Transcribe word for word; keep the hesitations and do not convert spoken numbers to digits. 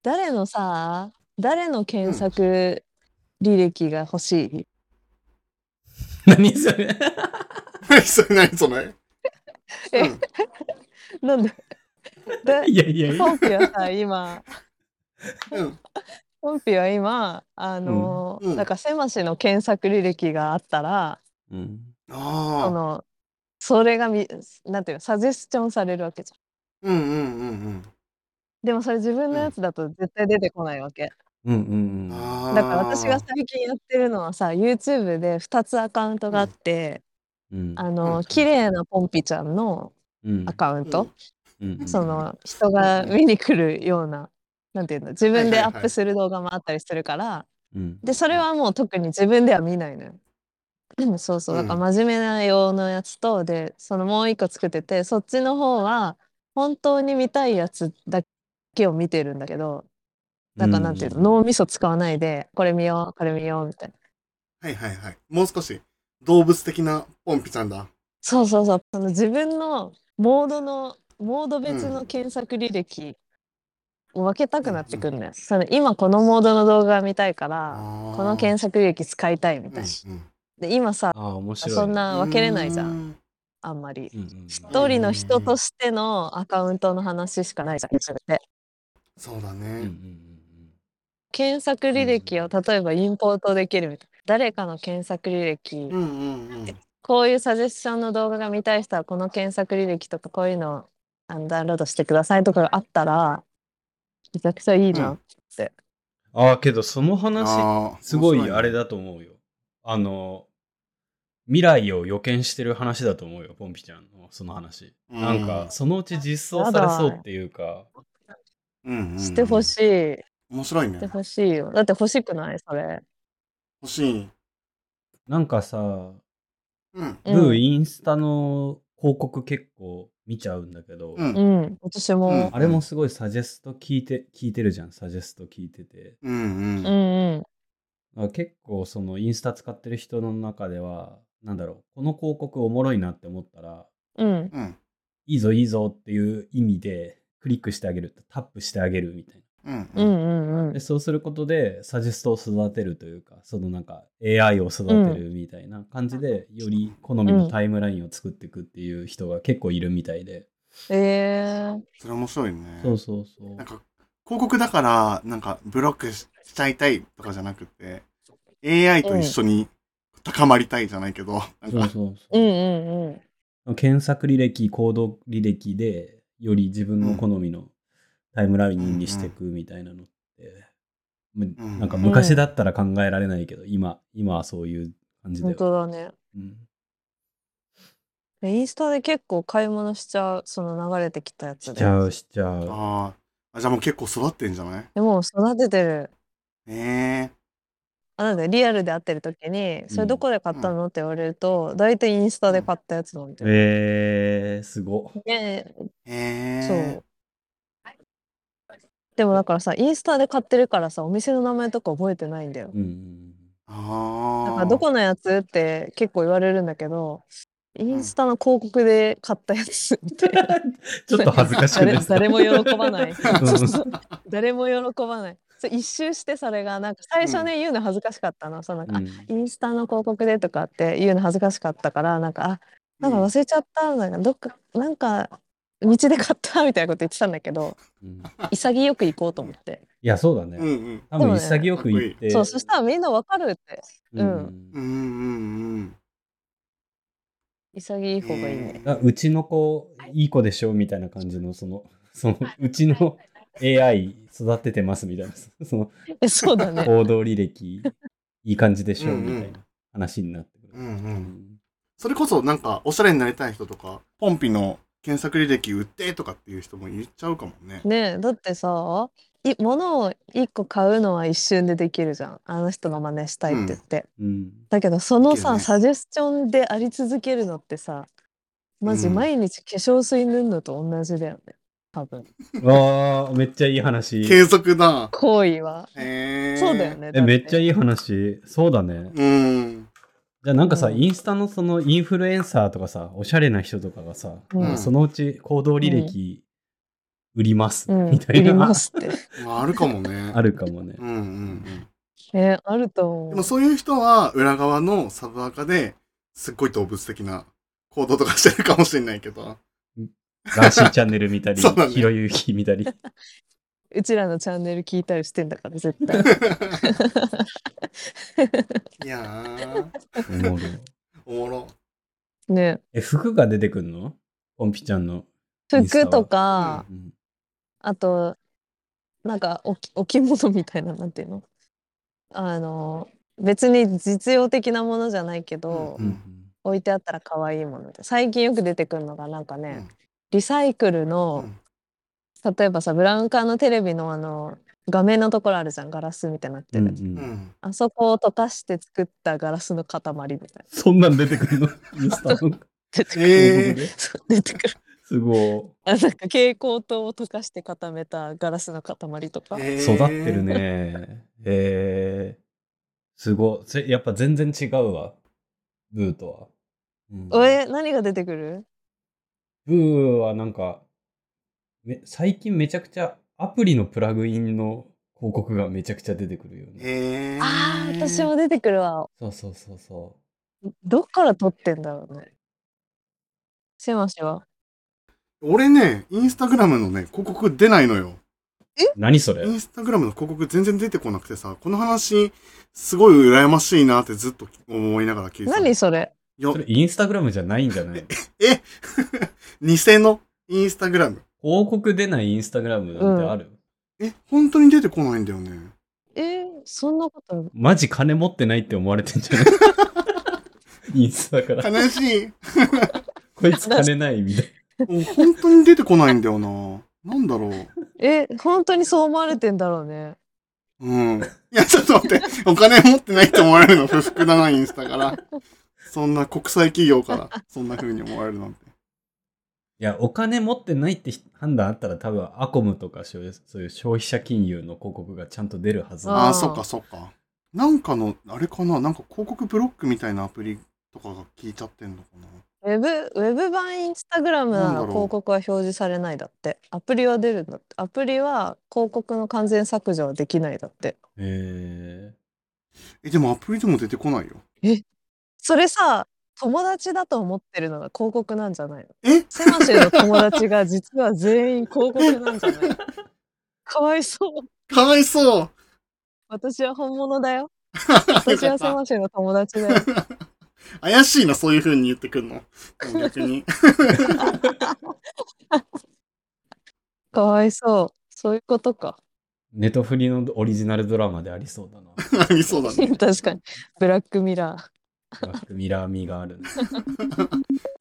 誰のさ、誰のう検ん。 索履歴が欲しい？ 何それ何それ何それうえ、 ん。 なんで、で、 いやいやいや。 ポンピはさ、今、 うん。 ポンピは今、あうん。 の、 うん。 なんか、せましの検索履歴があったら、 うん。 そああ。 の、それがみ、なんていうの、サジェスチョンされるわけじゃん。 うんうんうんでもそれ自分うん。うん。 のやつだと絶対出てこないわけ。 うんうんうん。 だから私がああ。 最近やってるのはさ、YouTube でふたつアカウントがあっうん。 て、 うんあの、 うんうん綺麗なポンピちゃんのアうんカウント、 うんうんうんその、人うんがうん。 見に来るような、なんていうの、自はい分でアッはいはい。 プする動画もあったりするから、 うんで、それうんはもう特に自分では見ないのよ。うん、そうそう、だからうん真面目な用のやつと、で、そのもう一個作ってて、そっちの方は本当に見たいやつだけを見てるんだけど、 うんうなんかなんていうの、 ん脳みそ使わないで、これ見よう、これ見ようみたいな。 はいはいはい。もう少し動物的なポンピちゃんだ。 そうそうそう。その自分のモードの、モード別のうん検索履歴を分けたくなってうんうん。 くるんだよ。その今このモードの動画が見たいから、このああ。 検索履歴使いたいみたいな。 うんうん。 で、今さ、 ああ、面白そんいね。 うーな分けれないじゃん。 ん。 あんまり。 うんうんうんうんう一人の人とん。 してのアカウントの話しかないじゃん、YouTube って。 そうだうん。うんうんうね。 ん検索うん。 履歴を例えばインポートできるみたいな。誰かの検索履歴、 うんうんうん。 こういうサジェスションの動画が見たい人はこの検索履歴とかこういうのをあのダウンロードしてくださいとかがあったら、めちゃくちゃいいなうん。 って。 ああ、けどその話、 ああ、 す面白いね。 ごいあれだと思うよ。あの、未来を予見してる話だと思うよ、ポンピちゃんのその話。 うなんか、 ん。 そのうち実装やされそうっだ。 ていうか、 うんうんしてほうん。 しい。し面白いね。 てほしいよ。だって欲しくないそれ？ 欲しい。 なんかさ、 うん。 うブーん。 インスタの広告結構見ちゃうんだけど、 ううん。 ん。私うん。 も。 あれもすごいサジェスト聞いて、聞いてるじゃん、サジェスト聞いてて。 うんう。 うんんうん。 あ結構そのインスタ使ってる人の中では、なんだろう、この広告おもろいなって思ったら、 うん。 うん。 いいぞいいぞっていう意味でクリックしてあげる、タップしてあげるみたいうんうん。 うんうんうな。で、 ん。 そうすることでサジェストを育てるというか、そのなんか エーアイ を育てるみたいな感じで、より好みのタイムラインを作っていくっていう人が結構いるみたいで。 ええー。 それ面白いそうね。 そうそう。 なんか、広告だから、なんか、ブロックしちゃいたいとかじゃなくて、エーアイ と一緒に高まりたいじゃないけど、なんか、 そうそううんそう。 うんうん。 検索履歴、行動履歴で、より自分の好みのタイムラインにしていくみたいなのって、むうんうんなんか昔だったら考えられないけど、今、今はそういう感じだ本よ。 当だね。 うん。 インスタで結構買い物しちゃう、その流れてきたやつで。 しちゃう、しちゃう。 ああ、じゃあもう結構育ってんじゃない？ でも育ててる。 ええあ、なんでリアルで会ってる時に、それどこで買ったのって言われると、大体インスタで買ったやつなんだよ。 えー、すご。 で、 へえ。 そう。でもだからさ、インスタで買ってるからさ、お店の名前とか覚えてないんだよ。 うん。 だからどああ。 このやつって結構言われるんだけど、イうん。 ンスタの広告で買ったやつみたいな。 ちょっと恥ずかしく誰ですか？ 誰も喜ばない。そううんそう。誰も喜ばない。そ一周してそれがなんか最初うん。 ね言うの恥ずかしかったの。そのなんか、あ、 うん。 インスタの広告でとかって言うの恥ずかしかったから、なんか、あ、なんかうん。 忘れちゃった、なんかどっか、なんか道で買ったみたいなこと言ってたんだけど、 うん。 潔く行こうと思って。 いや、そうだうんね。 うん。 多分でもね、 潔く言っかっこいい。 そう、 て、 そしたらみんなわかるって。 ううん。 うんうんん。 うんうん。 潔いへ方がいいね。 あえ。 うちの子、いい子でしょみたいな感じの、その、その、うちの エーアイ 育ててますみたいな、その、 え、そうだね。 行動履歴、いい感じでしうんうん。 ょみたいな話になってくる。 うんう。 うんん。 それこそなんか、おしゃれになりたい人とか、ポンピの検索履歴売ってとかっていう人も言っちゃうかもね。 ねえ、だってさ、い物を一個買うのは一瞬でできるじゃん。あの人の真似したいって言うん。 って。 うん。 だけど、そのさ、 できるね。 サジェスチョンであり続けるのってさ、マジうん。 毎日化粧水塗るのと同じだよね。多分。 わー、めっちゃいい話。 継続だ。 行為は。そうだよへえ。 ね、 え、 だって。 めっちゃいい話。そうだね。 うん。 じゃあなんかさ、 うん。 インスタのそのインフルエンサーとかさ、おしゃれな人とかがさ、 うなんかん。 そのうち行動履うん。 歴売ります、 うん、 みたいな。 売りますって。 まあ、あるかもね。 あるかもね。 うんうんうん。 えー、あるとで思う。 もそういう人は裏側のサブアカですっごい動物的な行動とかしてるかもしれないけど。 ガーシーチャンネル見たり、 そうだねひろゆき見たり。 うちらのチャンネル聞いたりしてんだから、絶対。 いやー、 おもろ。 おもろ。 ね、 え、服が出てくんのポンピちゃんのインスタは。 服とか、 うんあと、なんか置き、置物みたいな、なんていうのあの、別に実用的なものじゃないけど、 うんうん置いてあったら可愛いもので。最近よく出てくるのが、なんかね、 うんリサイクルうの、 ん例えばさ、ブラウン管のテレビのあの、画面のところあるじゃん、ガラスみたいになってる。 うんうんうんあそこを溶かして作ったガラスの塊みたいな。 そんなん出てくるのインスタの広出てくる。 えー、 告でそう出てくる。 すごあ、なんか蛍光灯を溶かして固めたガラスの塊とか。 い。 えー育ってる。ね。えー、すごい。それやっぱ全然違うわ。ブーとは。うんおえ、何が出てくる？ ブーはなんか、め最近めちゃくちゃアプリのプラグインの広告がめちゃくちゃ出てくるよね。 えー、 ああ、私も出てくるわ。 そうそうそうそどっから撮ってんだろうね。せましは。 俺ね、インスタグラムのね、広告出ないのよ。 う。何それインスタグラムの広告全然出てこなくてさ、この話、すごい羨ましいなってずっと思いながら聞いてた。 何それ？ いやそれインスタグラムじゃないんじゃないのえ偽のインスタグラム。 広告出ないインスタグラムなんてある、 え、本当に出てこないんだよね。 えー、そんなことマジ金持ってないって思われてんじゃないインスタから。 悲しい。 こいつ金ないみたいもう本当に出てこないんだよな。なんだろう。 え、本当にそう思われてんだろうね。 うん。いや、ちょっと待って。お金持ってないって思われるの不服だな、インスタから。そんな国際企業から、そんな風に思われるなんて。 いや、お金持ってないって判断あったら多分アコムとかそういうそういう消費者金融の広告がちゃんと出るはずあーああ、そっかそっか。なんかの、あれかななんか広告ブロックみたいなアプリとかが効いちゃってんのかウェブ、ウェブ版インスタグラムならなんだろう広告は表示されないだって。アプリは出るんだって。アプリは広告の完全削除はできないだって。 へなえ、でもアプリでも出てこないよ。 それさ、友達だと思ってるのが広告なんじゃないの？ えセマシの友達が実は全員広告なんじゃない？かわいそう。 かわいそう。 私は本物だよ。私はセマシの友達だよ。 怪しいな、そういう風に言ってくんの。逆に。 かわいそう。そういうことか。 ネトフリのオリジナルドラマでありそうだな。 ありそうだね。 確かに。ブラックミラー。 ブラックミラー味があるね。